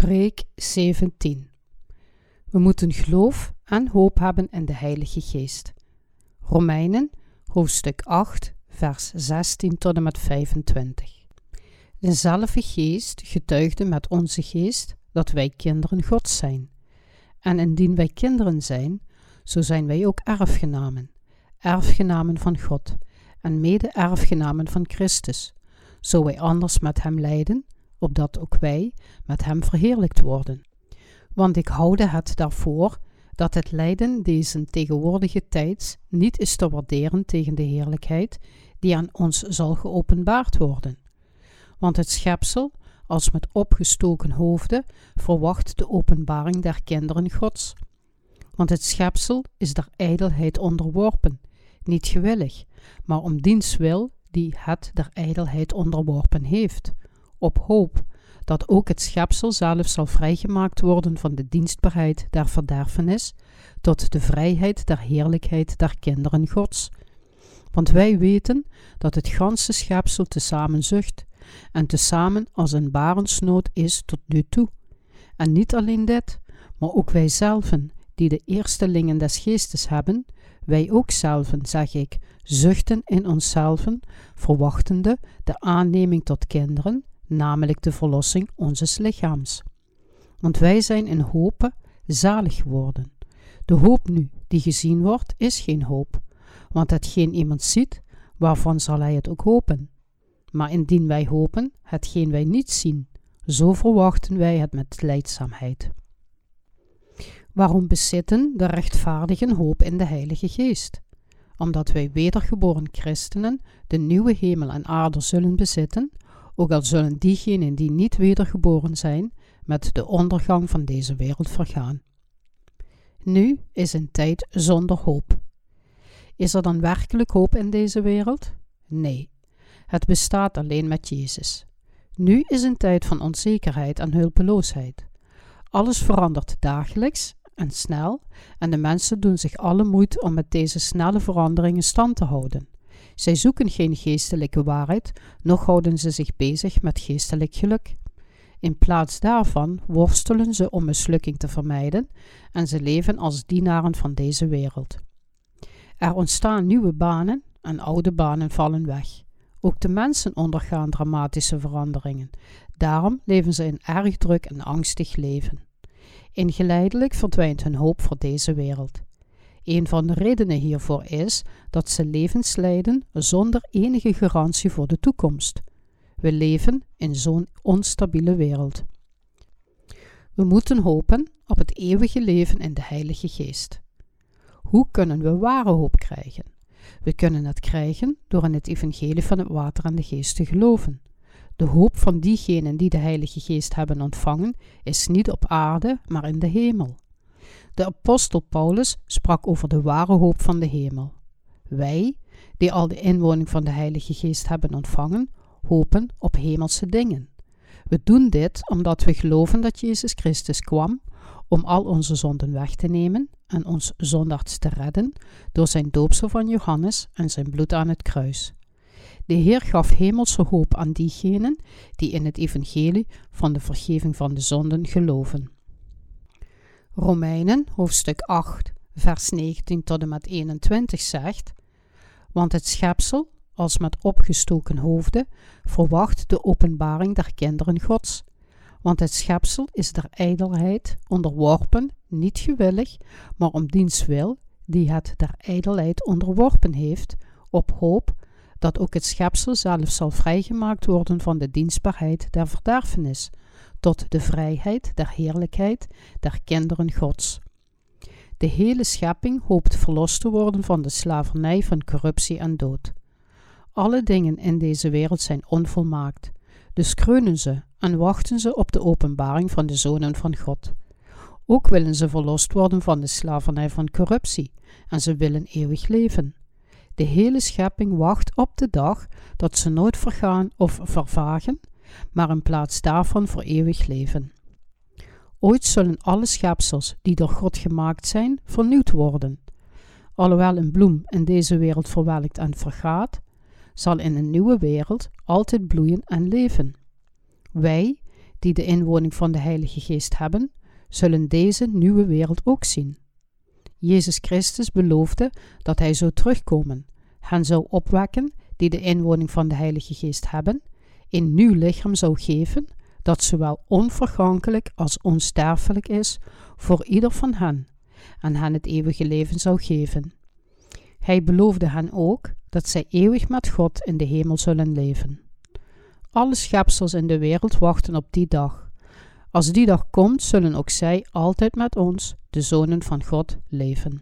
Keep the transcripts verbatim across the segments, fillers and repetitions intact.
Preek zeventien. We moeten geloof en hoop hebben in de Heilige Geest. Romeinen, hoofdstuk acht, vers zestien tot en met vijfentwintig. Dezelfde Geest getuigde met onze geest dat wij kinderen Gods zijn. En indien wij kinderen zijn, zo zijn wij ook erfgenamen, erfgenamen van God en mede-erfgenamen van Christus, zo wij anders met hem lijden, opdat ook wij met hem verheerlijkt worden. Want ik houde het daarvoor dat het lijden deze tegenwoordige tijds niet is te waarderen tegen de heerlijkheid die aan ons zal geopenbaard worden. Want het schepsel, als met opgestoken hoofden, verwacht de openbaring der kinderen Gods. Want het schepsel is der ijdelheid onderworpen, niet gewillig, maar om diens wil die het der ijdelheid onderworpen heeft, op hoop dat ook het schepsel zelf zal vrijgemaakt worden van de dienstbaarheid der verderfenis tot de vrijheid der heerlijkheid der kinderen Gods. Want wij weten dat het ganse schepsel tezamen zucht en tezamen als een barensnood is tot nu toe. En niet alleen dit, maar ook wij zelven, die de eerstelingen des geestes hebben, wij ook zelven, zeg ik, zuchten in onszelven, verwachtende de aanneming tot kinderen, namelijk de verlossing onzes lichaams. Want wij zijn in hope zalig geworden. De hoop nu, die gezien wordt, is geen hoop, want hetgeen iemand ziet, waarvan zal hij het ook hopen? Maar indien wij hopen, hetgeen wij niet zien, zo verwachten wij het met lijdzaamheid. Waarom bezitten de rechtvaardigen hoop in de Heilige Geest? Omdat wij wedergeboren christenen de nieuwe hemel en aarde zullen bezitten, ook al zullen diegenen die niet wedergeboren zijn, met de ondergang van deze wereld vergaan. Nu is een tijd zonder hoop. Is er dan werkelijk hoop in deze wereld? Nee, het bestaat alleen met Jezus. Nu is een tijd van onzekerheid en hulpeloosheid. Alles verandert dagelijks en snel en de mensen doen zich alle moeite om met deze snelle veranderingen stand te houden. Zij zoeken geen geestelijke waarheid, noch houden ze zich bezig met geestelijk geluk. In plaats daarvan worstelen ze om mislukking te vermijden en ze leven als dienaren van deze wereld. Er ontstaan nieuwe banen en oude banen vallen weg. Ook de mensen ondergaan dramatische veranderingen. Daarom leven ze in erg druk en angstig leven. Ingeleidelijk verdwijnt hun hoop voor deze wereld. Een van de redenen hiervoor is dat ze levens leiden zonder enige garantie voor de toekomst. We leven in zo'n onstabiele wereld. We moeten hopen op het eeuwige leven in de Heilige Geest. Hoe kunnen we ware hoop krijgen? We kunnen het krijgen door in het evangelie van het water en de geest te geloven. De hoop van diegenen die de Heilige Geest hebben ontvangen is niet op aarde, maar in de hemel. De apostel Paulus sprak over de ware hoop van de hemel. Wij, die al de inwoning van de Heilige Geest hebben ontvangen, hopen op hemelse dingen. We doen dit omdat we geloven dat Jezus Christus kwam om al onze zonden weg te nemen en ons zondags te redden door zijn doopsel van Johannes en zijn bloed aan het kruis. De Heer gaf hemelse hoop aan diegenen die in het evangelie van de vergeving van de zonden geloven. Romeinen, hoofdstuk acht, vers negentien tot en met eenentwintig zegt: Want het schepsel, als met opgestoken hoofden, verwacht de openbaring der kinderen Gods. Want het schepsel is der ijdelheid onderworpen, niet gewillig, maar om diens wil, die het der ijdelheid onderworpen heeft, op hoop dat ook het schepsel zelf zal vrijgemaakt worden van de dienstbaarheid der verderfenis, tot de vrijheid der heerlijkheid der kinderen Gods. De hele schepping hoopt verlost te worden van de slavernij van corruptie en dood. Alle dingen in deze wereld zijn onvolmaakt, dus kreunen ze en wachten ze op de openbaring van de zonen van God. Ook willen ze verlost worden van de slavernij van corruptie en ze willen eeuwig leven. De hele schepping wacht op de dag dat ze nooit vergaan of vervagen, maar in plaats daarvan voor eeuwig leven. Ooit zullen alle schepsels die door God gemaakt zijn, vernieuwd worden. Alhoewel een bloem in deze wereld verwelkt en vergaat, zal in een nieuwe wereld altijd bloeien en leven. Wij, die de inwoning van de Heilige Geest hebben, zullen deze nieuwe wereld ook zien. Jezus Christus beloofde dat hij zou terugkomen, hen zou opwekken die de inwoning van de Heilige Geest hebben, een nieuw lichaam zou geven, dat zowel onvergankelijk als onsterfelijk is voor ieder van hen, en hen het eeuwige leven zou geven. Hij beloofde hen ook dat zij eeuwig met God in de hemel zullen leven. Alle schepsels in de wereld wachten op die dag. Als die dag komt, zullen ook zij altijd met ons, de zonen van God, leven.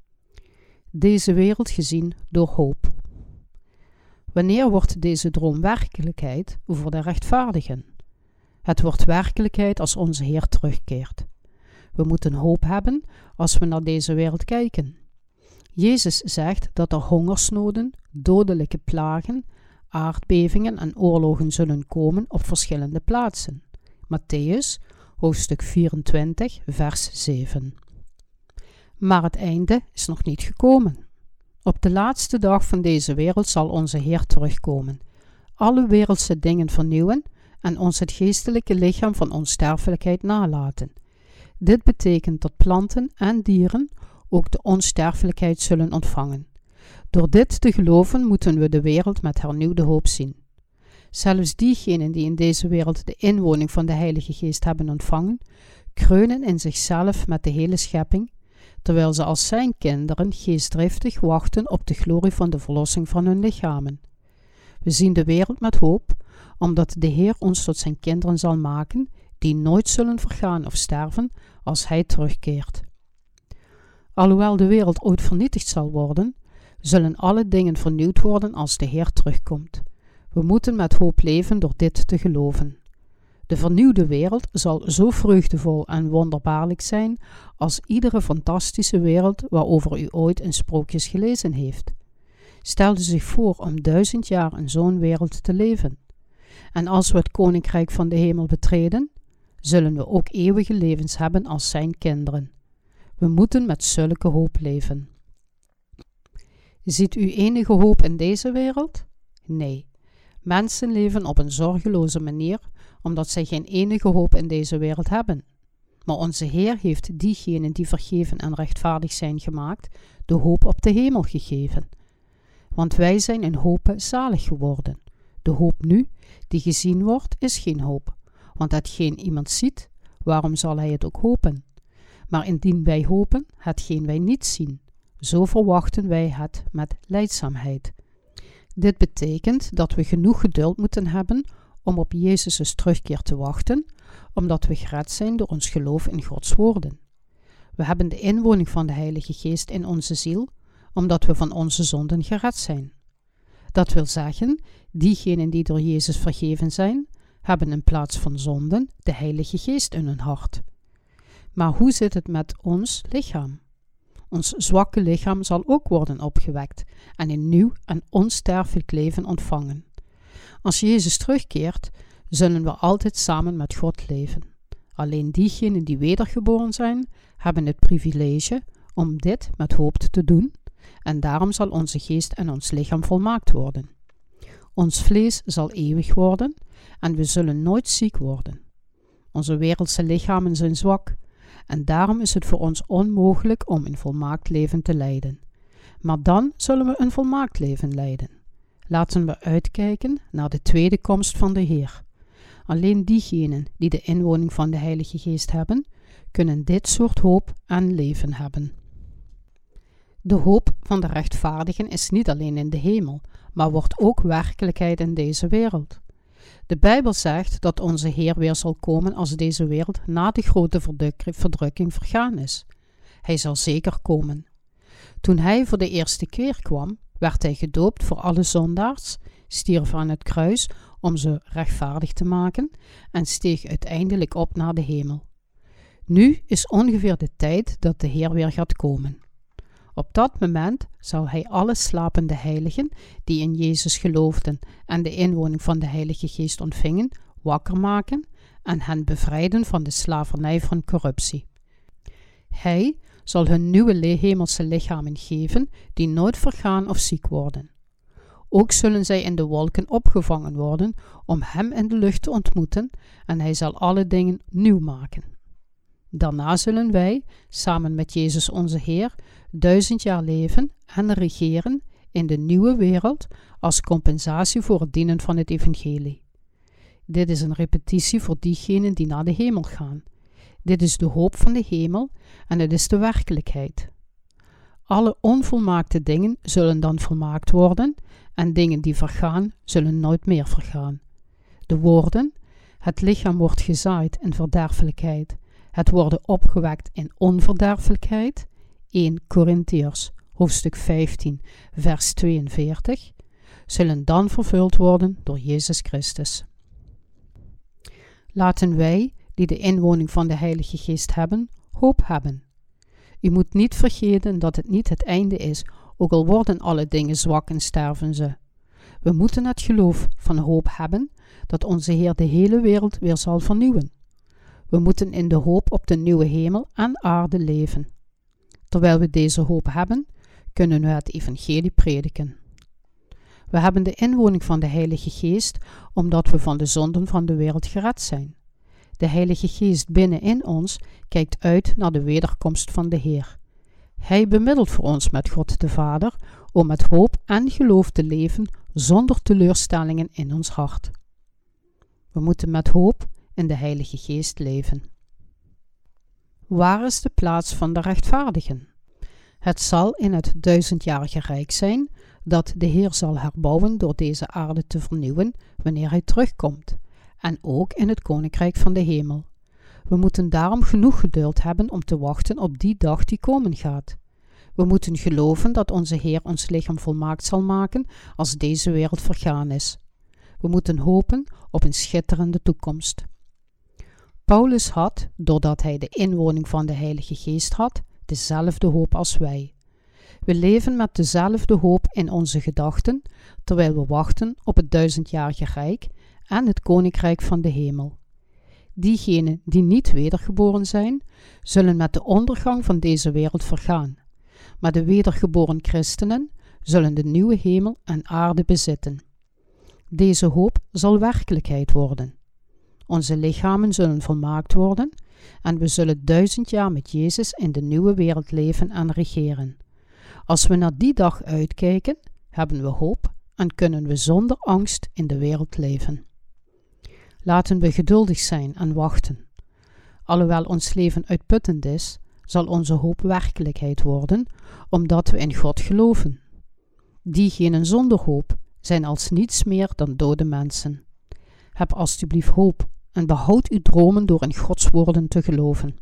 Deze wereld gezien door hoop. Wanneer wordt deze droom werkelijkheid voor de rechtvaardigen? Het wordt werkelijkheid als onze Heer terugkeert. We moeten hoop hebben als we naar deze wereld kijken. Jezus zegt dat er hongersnoden, dodelijke plagen, aardbevingen en oorlogen zullen komen op verschillende plaatsen. Mattheüs, hoofdstuk vierentwintig, vers zeven. Maar het einde is nog niet gekomen. Op de laatste dag van deze wereld zal onze Heer terugkomen, alle wereldse dingen vernieuwen en ons het geestelijke lichaam van onsterfelijkheid nalaten. Dit betekent dat planten en dieren ook de onsterfelijkheid zullen ontvangen. Door dit te geloven moeten we de wereld met hernieuwde hoop zien. Zelfs diegenen die in deze wereld de inwoning van de Heilige Geest hebben ontvangen, kreunen in zichzelf met de hele schepping, terwijl ze als zijn kinderen geestdriftig wachten op de glorie van de verlossing van hun lichamen. We zien de wereld met hoop, omdat de Heer ons tot zijn kinderen zal maken, die nooit zullen vergaan of sterven als hij terugkeert. Alhoewel de wereld ooit vernietigd zal worden, zullen alle dingen vernieuwd worden als de Heer terugkomt. We moeten met hoop leven door dit te geloven. De vernieuwde wereld zal zo vreugdevol en wonderbaarlijk zijn als iedere fantastische wereld waarover u ooit in sprookjes gelezen heeft. Stel u zich voor om duizend jaar in zo'n wereld te leven. En als we het koninkrijk van de hemel betreden, zullen we ook eeuwige levens hebben als zijn kinderen. We moeten met zulke hoop leven. Ziet u enige hoop in deze wereld? Nee. Mensen leven op een zorgeloze manier, omdat zij geen enige hoop in deze wereld hebben. Maar onze Heer heeft diegenen die vergeven en rechtvaardig zijn gemaakt, de hoop op de hemel gegeven. Want wij zijn in hope zalig geworden. De hoop nu, die gezien wordt, is geen hoop. Want hetgeen iemand ziet, waarom zal hij het ook hopen? Maar indien wij hopen, hetgeen wij niet zien, zo verwachten wij het met lijdzaamheid. Dit betekent dat we genoeg geduld moeten hebben om op Jezus' terugkeer te wachten, omdat we gered zijn door ons geloof in Gods woorden. We hebben de inwoning van de Heilige Geest in onze ziel, omdat we van onze zonden gered zijn. Dat wil zeggen, diegenen die door Jezus vergeven zijn, hebben in plaats van zonden de Heilige Geest in hun hart. Maar hoe zit het met ons lichaam? Ons zwakke lichaam zal ook worden opgewekt en een nieuw en onsterfelijk leven ontvangen. Als Jezus terugkeert, zullen we altijd samen met God leven. Alleen diegenen die wedergeboren zijn, hebben het privilege om dit met hoop te doen, en daarom zal onze geest en ons lichaam volmaakt worden. Ons vlees zal eeuwig worden en we zullen nooit ziek worden. Onze wereldse lichamen zijn zwak en daarom is het voor ons onmogelijk om een volmaakt leven te leiden. Maar dan zullen we een volmaakt leven leiden. Laten we uitkijken naar de tweede komst van de Heer. Alleen diegenen die de inwoning van de Heilige Geest hebben, kunnen dit soort hoop en leven hebben. De hoop van de rechtvaardigen is niet alleen in de hemel, maar wordt ook werkelijkheid in deze wereld. De Bijbel zegt dat onze Heer weer zal komen als deze wereld na de grote verdrukking vergaan is. Hij zal zeker komen. Toen hij voor de eerste keer kwam, werd hij gedoopt voor alle zondaars, stierf aan het kruis om ze rechtvaardig te maken en steeg uiteindelijk op naar de hemel. Nu is ongeveer de tijd dat de Heer weer gaat komen. Op dat moment zal hij alle slapende heiligen die in Jezus geloofden en de inwoning van de Heilige Geest ontvingen, wakker maken en hen bevrijden van de slavernij van corruptie. Hij zal hun nieuwe hemelse lichamen geven die nooit vergaan of ziek worden. Ook zullen zij in de wolken opgevangen worden om hem in de lucht te ontmoeten en hij zal alle dingen nieuw maken. Daarna zullen wij, samen met Jezus onze Heer, duizend jaar leven en regeren in de nieuwe wereld als compensatie voor het dienen van het evangelie. Dit is een repetitie voor diegenen die naar de hemel gaan. Dit is de hoop van de hemel en het is de werkelijkheid. Alle onvolmaakte dingen zullen dan volmaakt worden en dingen die vergaan zullen nooit meer vergaan. De woorden, het lichaam wordt gezaaid in verderfelijkheid, het worden opgewekt in onverderfelijkheid, eerste Korintiërs hoofdstuk vijftien vers tweeënveertig, zullen dan vervuld worden door Jezus Christus. Laten wij, die de inwoning van de Heilige Geest hebben, hoop hebben. U moet niet vergeten dat het niet het einde is, ook al worden alle dingen zwak en sterven ze. We moeten het geloof van hoop hebben dat onze Heer de hele wereld weer zal vernieuwen. We moeten in de hoop op de nieuwe hemel en aarde leven. Terwijl we deze hoop hebben, kunnen we het evangelie prediken. We hebben de inwoning van de Heilige Geest omdat we van de zonden van de wereld gered zijn. De Heilige Geest binnenin ons kijkt uit naar de wederkomst van de Heer. Hij bemiddelt voor ons met God de Vader om met hoop en geloof te leven zonder teleurstellingen in ons hart. We moeten met hoop in de Heilige Geest leven. Waar is de plaats van de rechtvaardigen? Het zal in het duizendjarige rijk zijn dat de Heer zal herbouwen door deze aarde te vernieuwen wanneer hij terugkomt, en ook in het koninkrijk van de hemel. We moeten daarom genoeg geduld hebben om te wachten op die dag die komen gaat. We moeten geloven dat onze Heer ons lichaam volmaakt zal maken als deze wereld vergaan is. We moeten hopen op een schitterende toekomst. Paulus had, doordat hij de inwoning van de Heilige Geest had, dezelfde hoop als wij. We leven met dezelfde hoop in onze gedachten, terwijl we wachten op het duizendjarige rijk en het koninkrijk van de hemel. Diegenen die niet wedergeboren zijn, zullen met de ondergang van deze wereld vergaan, maar de wedergeboren christenen zullen de nieuwe hemel en aarde bezitten. Deze hoop zal werkelijkheid worden. Onze lichamen zullen volmaakt worden en we zullen duizend jaar met Jezus in de nieuwe wereld leven en regeren. Als we naar die dag uitkijken, hebben we hoop en kunnen we zonder angst in de wereld leven. Laten we geduldig zijn en wachten. Alhoewel ons leven uitputtend is, zal onze hoop werkelijkheid worden, omdat we in God geloven. Diegenen zonder hoop zijn als niets meer dan dode mensen. Heb alstublieft hoop en behoud uw dromen door in Gods woorden te geloven.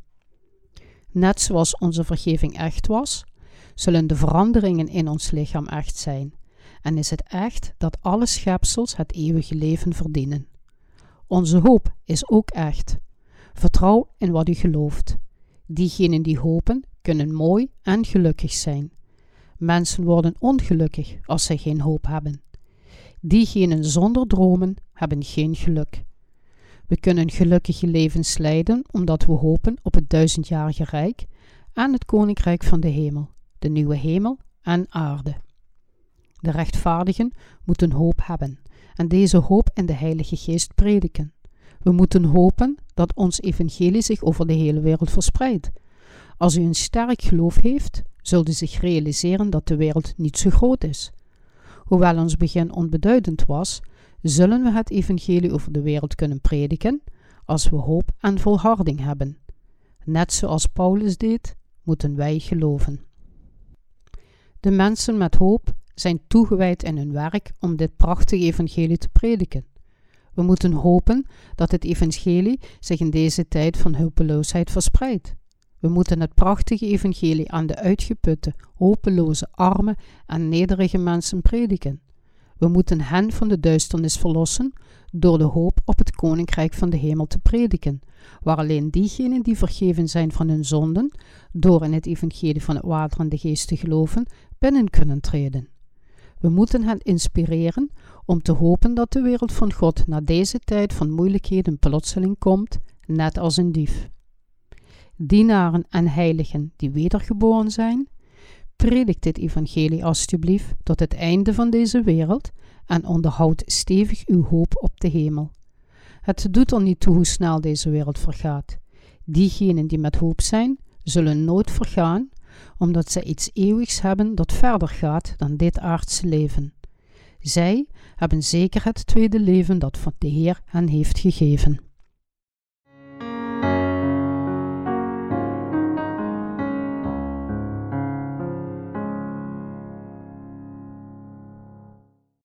Net zoals onze vergeving echt was, zullen de veranderingen in ons lichaam echt zijn, en is het echt dat alle schepsels het eeuwige leven verdienen. Onze hoop is ook echt. Vertrouw in wat u gelooft. Diegenen die hopen, kunnen mooi en gelukkig zijn. Mensen worden ongelukkig als zij geen hoop hebben. Diegenen zonder dromen hebben geen geluk. We kunnen gelukkige levens leiden omdat we hopen op het duizendjarige rijk en het koninkrijk van de hemel, de nieuwe hemel en aarde. De rechtvaardigen moeten hoop hebben en deze hoop in de Heilige Geest prediken. We moeten hopen dat ons evangelie zich over de hele wereld verspreidt. Als u een sterk geloof heeft, zult u zich realiseren dat de wereld niet zo groot is. Hoewel ons begin onbeduidend was, zullen we het evangelie over de wereld kunnen prediken als we hoop en volharding hebben. Net zoals Paulus deed, moeten wij geloven. De mensen met hoop zijn toegewijd in hun werk om dit prachtige evangelie te prediken. We moeten hopen dat het evangelie zich in deze tijd van hulpeloosheid verspreidt. We moeten het prachtige evangelie aan de uitgeputte, hopeloze, arme en nederige mensen prediken. We moeten hen van de duisternis verlossen door de hoop op het koninkrijk van de hemel te prediken, waar alleen diegenen die vergeven zijn van hun zonden, door in het evangelie van het water en de geest te geloven, binnen kunnen treden. We moeten hen inspireren om te hopen dat de wereld van God na deze tijd van moeilijkheden plotseling komt, net als een dief. Dienaren en heiligen die wedergeboren zijn, Predik dit evangelie alstublieft tot het einde van deze wereld en onderhoud stevig uw hoop op de hemel. Het doet er niet toe hoe snel deze wereld vergaat. Diegenen die met hoop zijn, zullen nooit vergaan, omdat zij iets eeuwigs hebben dat verder gaat dan dit aardse leven. Zij hebben zeker het tweede leven dat van de Heer hen heeft gegeven.